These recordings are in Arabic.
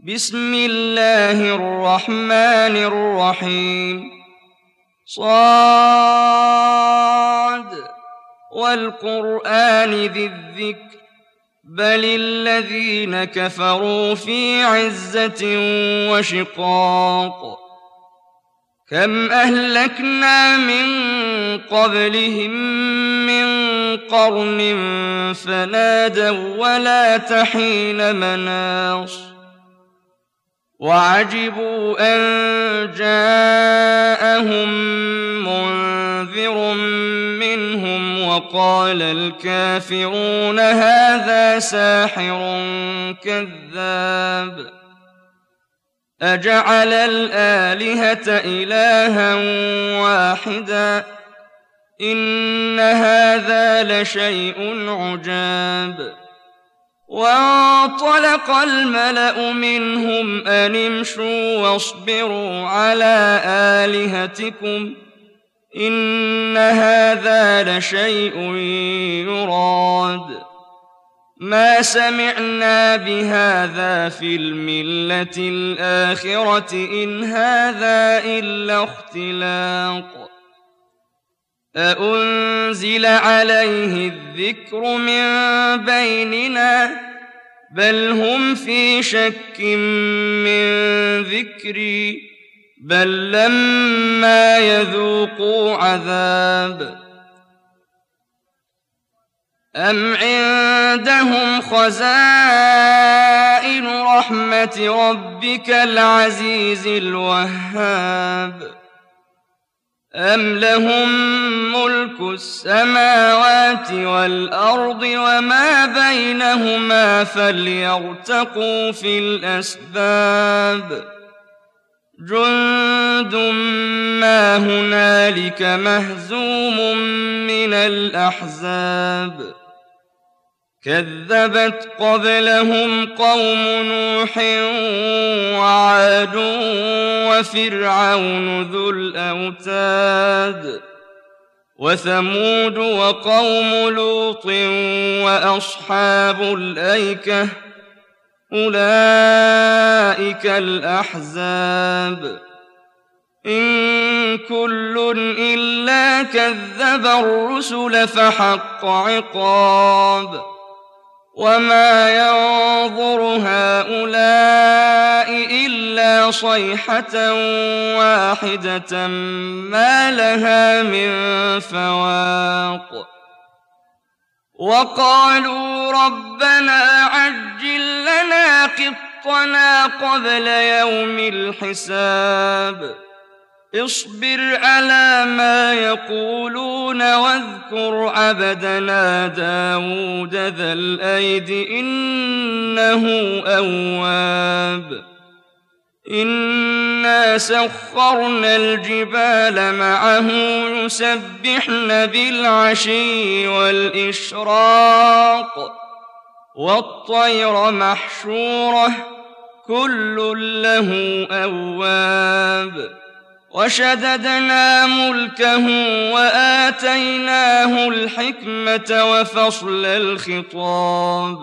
بسم الله الرحمن الرحيم صاد والقرآن ذي الذكر بل الذين كفروا في عزة وشقاق كم أهلكنا من قبلهم من قرن فنادوا ولا تحين مناص وعجبوا أن جاءهم منذر منهم وقال الكافرون هذا ساحر كذاب أجعل الآلهة إلها واحدا إن هذا لشيء عجاب وانطلق الملأ منهم أن امشوا واصبروا على آلهتكم إن هذا لشيء يراد ما سمعنا بهذا في الملة الآخرة إن هذا إلا اختلاق أأنزل عليه الذكر من بيننا بل هم في شك من ذكري بل لما يذوقوا عذاب أم عندهم خزائن رحمة ربك العزيز الوهاب أم لهم ملك السماوات والأرض وما بينهما فليرتقوا في الأسباب جند ما هنالك مهزوم من الأحزاب كذبت قبلهم قوم نوح وعاد وفرعون ذو الأوتاد وثمود وقوم لوط وأصحاب الأيكة أولئك الأحزاب إن كل إلا كذب الرسل فحق عقاب وما ينظر هؤلاء إلا صيحة واحدة ما لها من فواق وقالوا ربنا عجل لنا قطنا قبل يوم الحساب اصبر على ما يقولون واذكر عبدنا داود ذا الأيد إنه أواب إنا سخرنا الجبال معه يسبحن بالعشي والإشراق والطير محشورة كل له أواب وشددنا ملكه وآتيناه الحكمة وفصل الخطاب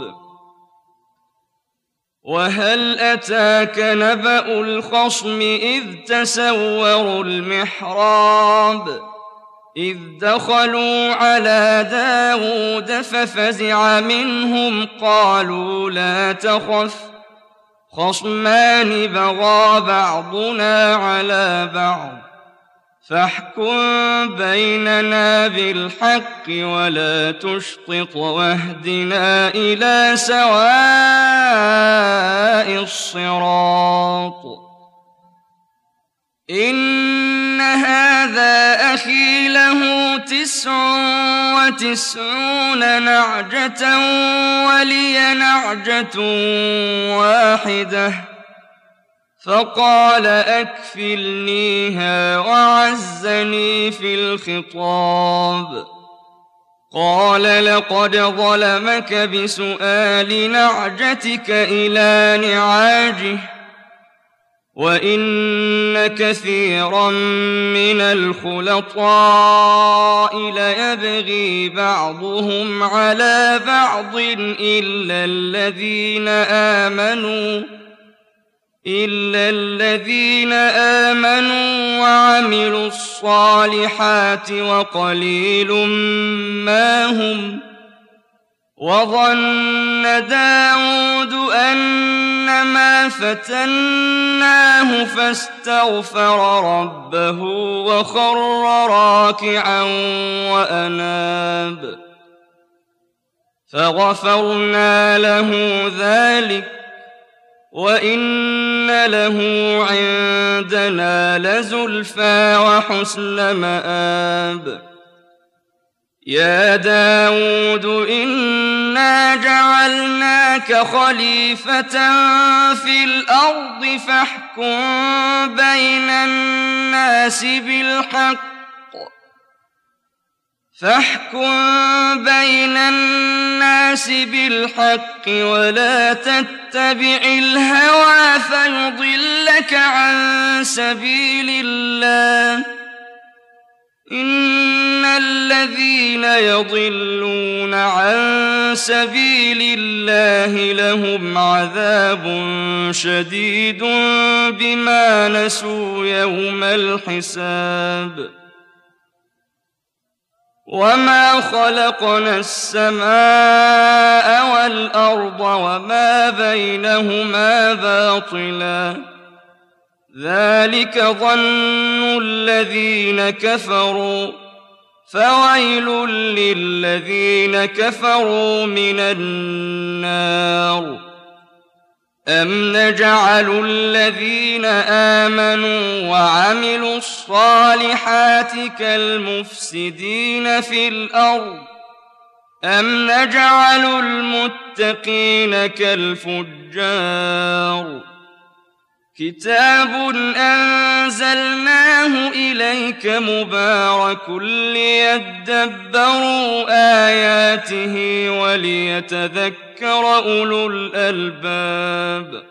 وهل أتاك نبأ الخصم إذ تسوروا المحراب إذ دخلوا على داود ففزع منهم قالوا لا تخف خصمان بغى بعضنا على بعض فاحكم بيننا بالحق ولا تشطط واهدنا إلى سواء الصراط إن هذا أخي له 99 نعجة ولي نعجة واحدة فقال أكفلنيها وعزني في الخطاب قال لقد ظلمك بسؤال نعجتك إلى نعاجه وإن كثيرا من الخلطاء ليبغي بعضهم على بعض إلا الذين آمنوا إلا الذين آمنوا وعملوا الصالحات وقليل ما هم. وظن داود أنما فتناه فاستغفر ربه وخر راكعا وأناب فغفرنا له ذلك وإن له عندنا لزلفى وحسن مآب. يا داود إنا جعلناك خليفة في الأرض فاحكم بين الناس بالحق ولا تتبع الهوى فيضلك عن سبيل الله. إن الذين يضلون عن سبيل الله لهم عذاب شديد بما نسوا يوم الحساب. وما خلقنا السماء والأرض وما بينهما باطلا ذلك ظن الذين كفروا فويل للذين كفروا من النار. أم نجعل الذين آمنوا وعملوا الصالحات كالمفسدين في الأرض أم نجعل المتقين كالفجار. كتاب أنزلناه إليك مبارك ليدبروا آياته وليتذكر أولو الألباب.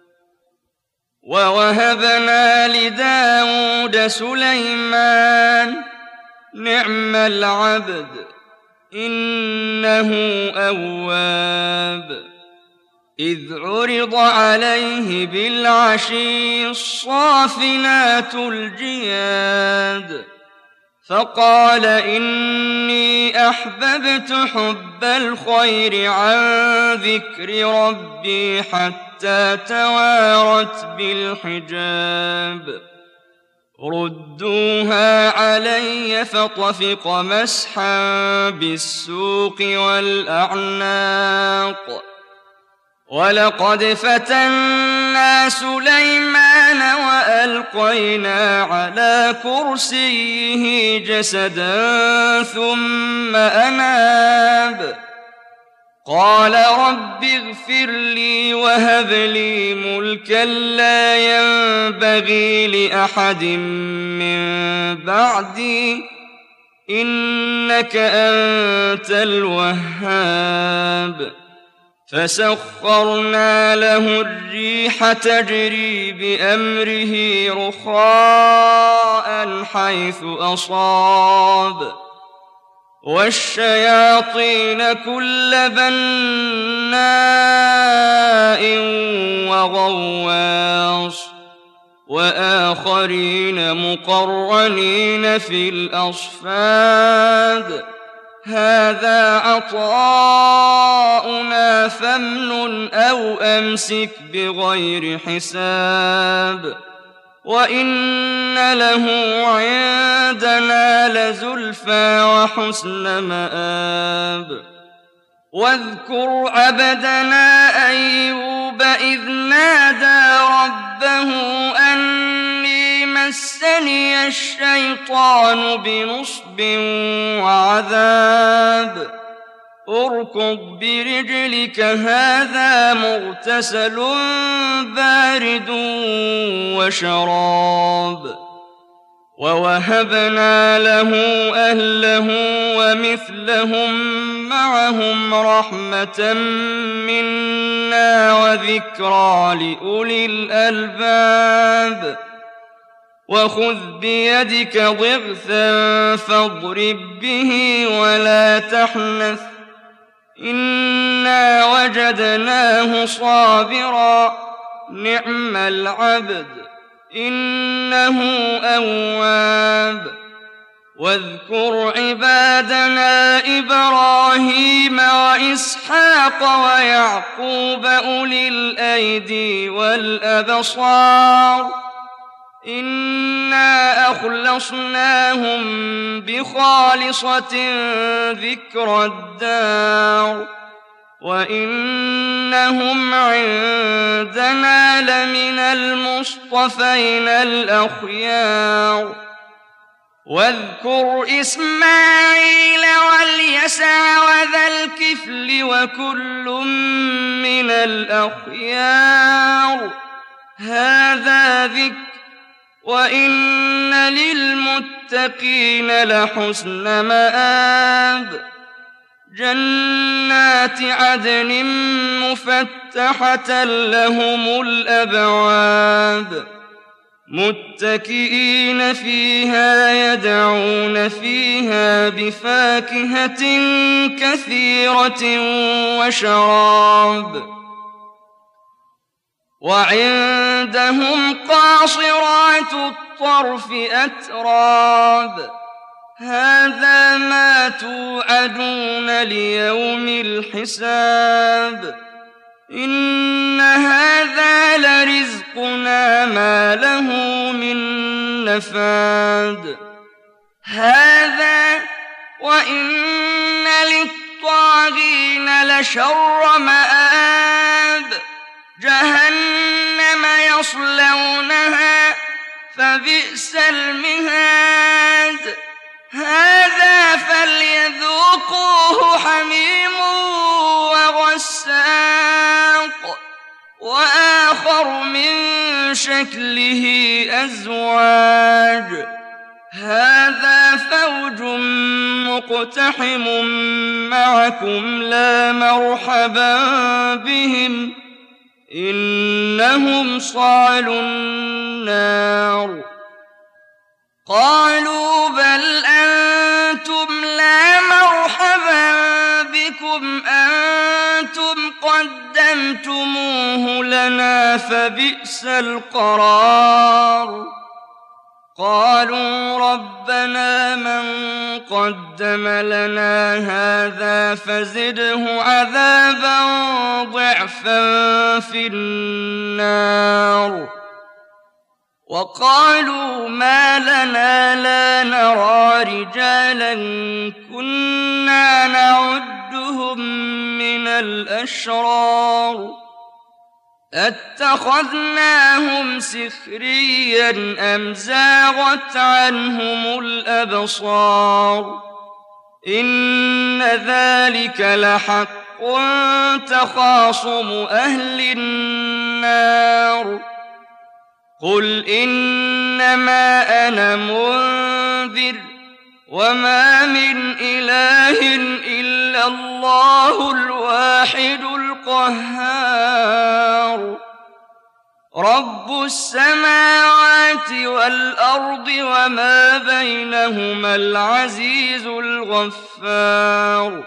ووهبنا لداود سليمان نعم العبد إنه أواب. إذ عرض عليه بالعشي الصافنات الجياد فقال إني أحببت حب الخير عن ذكر ربي حتى توارت بالحجاب. ردوها علي فطفق مسحا بالسوق والأعناق. ولقد فتنا سليمان وألقينا على كرسيه جسدا ثم أناب قال رب اغفر لي وهب لي ملكا لا ينبغي لأحد من بعدي إنك أنت الوهاب. فسخرنا له الريح تجري بأمره رخاء حيث أصاب والشياطين كل بناء وغواص وآخرين مقرنين في الأصفاد. هذا عطاؤنا فامنن أو أمسك بغير حساب. وإن له عندنا لزلفى وحسن مآب. واذكر عبدنا أيوب إذ نادى ربه أني مسني الشيطان بنصب وعذاب. اركض برجلك هذا مغتسل بارد وشراب. ووهبنا له أهله ومثلهم معهم رحمة منا وذكرى لأولي الألباب. وخذ بيدك ضغثا فاضرب به ولا تحنث إنا وجدناه صابرا نعم العبد إنه أواب. واذكر عبادنا إبراهيم وإسحاق ويعقوب أولي الأيدي والأبصار إنا أخلصناهم بخالصة ذكر الدار وإنهم عندنا لمن المصطفين الأخيار. واذكر إسماعيل واليسع وذا الكفل وكل من الأخيار هذا ذكر وإن للمتقين لحسن مآب. جنات عدن مفتحة لهم الأبواب متكئين فيها يدعون فيها بفاكهة كثيرة وشراب. وعندهم قاصرات الطرف أتراب هذا ما توعدون ليوم الحساب إن هذا لرزقنا ما له من نفاد. هذا وإن للطاغين لشر مآب جهنم يصلونها فبئس المهاد. هذا فليذوقوه حميم وغساق وآخر من شكله أزواج هذا فوج مقتحم معكم لا مرحبا بهم إنهم صالوا النار. قالوا بل أنتم لا مرحبا بكم أنتم قدمتموه لنا فبئس القرار. قالوا ربنا من قدم لنا هذا فزده عذابا ضعفا في النار. وقالوا ما لنا لا نرى رجالا كنا نعدهم من الأشرار أتخذناهم سخريا أم زاغت عنهم الأبصار إن ذلك لحق تخاصم أهل النار. قل إنما أنا منذر وما من إله إلا الله الواحد القهار رب السماوات والأرض وما بينهما العزيز الغفار.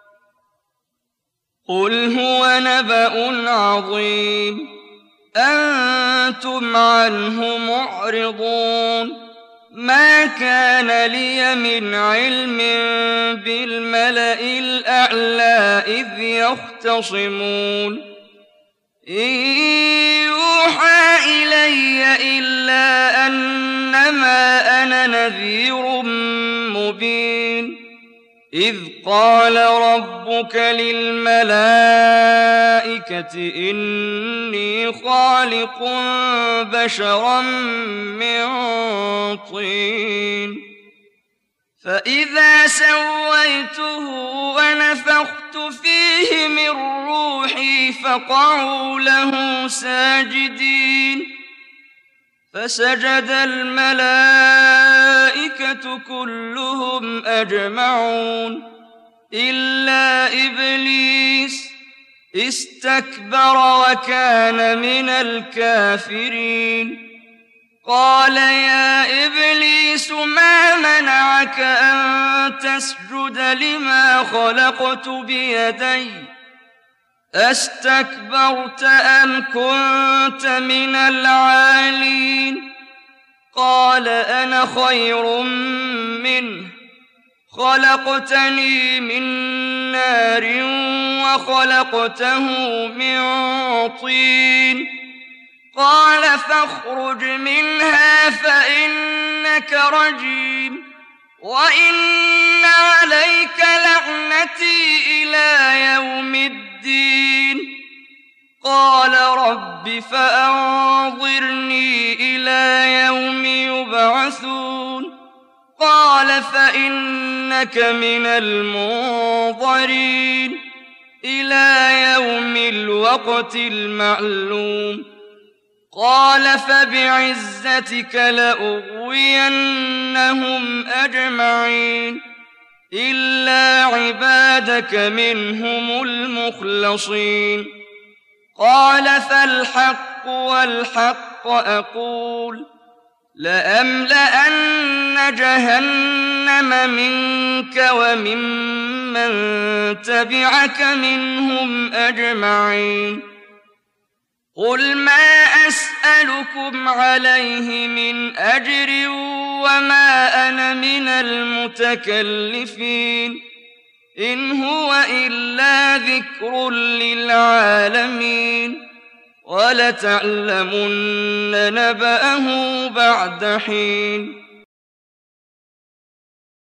قل هو نبأ عظيم أنتم عنه معرضون ما كان لي من علم بالملأ الأعلى إذ يختصمون إن يوحى إلي إلا أنما أنا نذير مبين إذ قال ربك للملائكة إني خالق بشرا من طين فإذا سويته ونفخت فيه من روحي فقعوا له ساجدين فسجد الملائكة كلهم أجمعون إلا إبليس استكبر وكان من الكافرين قال يا إبليس ما منعك أن تسجد لما خلقت بيدي أستكبرت أم كنت من العالين قال أنا خير منه خلقتني من نار وخلقته من طين قال فاخرج منها فإنك رجيم وإن عليك لعنتي إلى يوم الدين قال رب فأنظرني إلى يوم يبعثون قال فإنك من المنظرين إلى يوم الوقت المعلوم قال فبعزتك لأغوينهم أجمعين إلا عبادك منهم المخلصين قال فالحق والحق أقول لأملأن جهنم منك وممن تبعك منهم أجمعين قل ما أسألكم عليه من أجر وما أنا من المتكلفين إن هو إلا ذكر للعالمين ولتعلمن نبأه بعد حين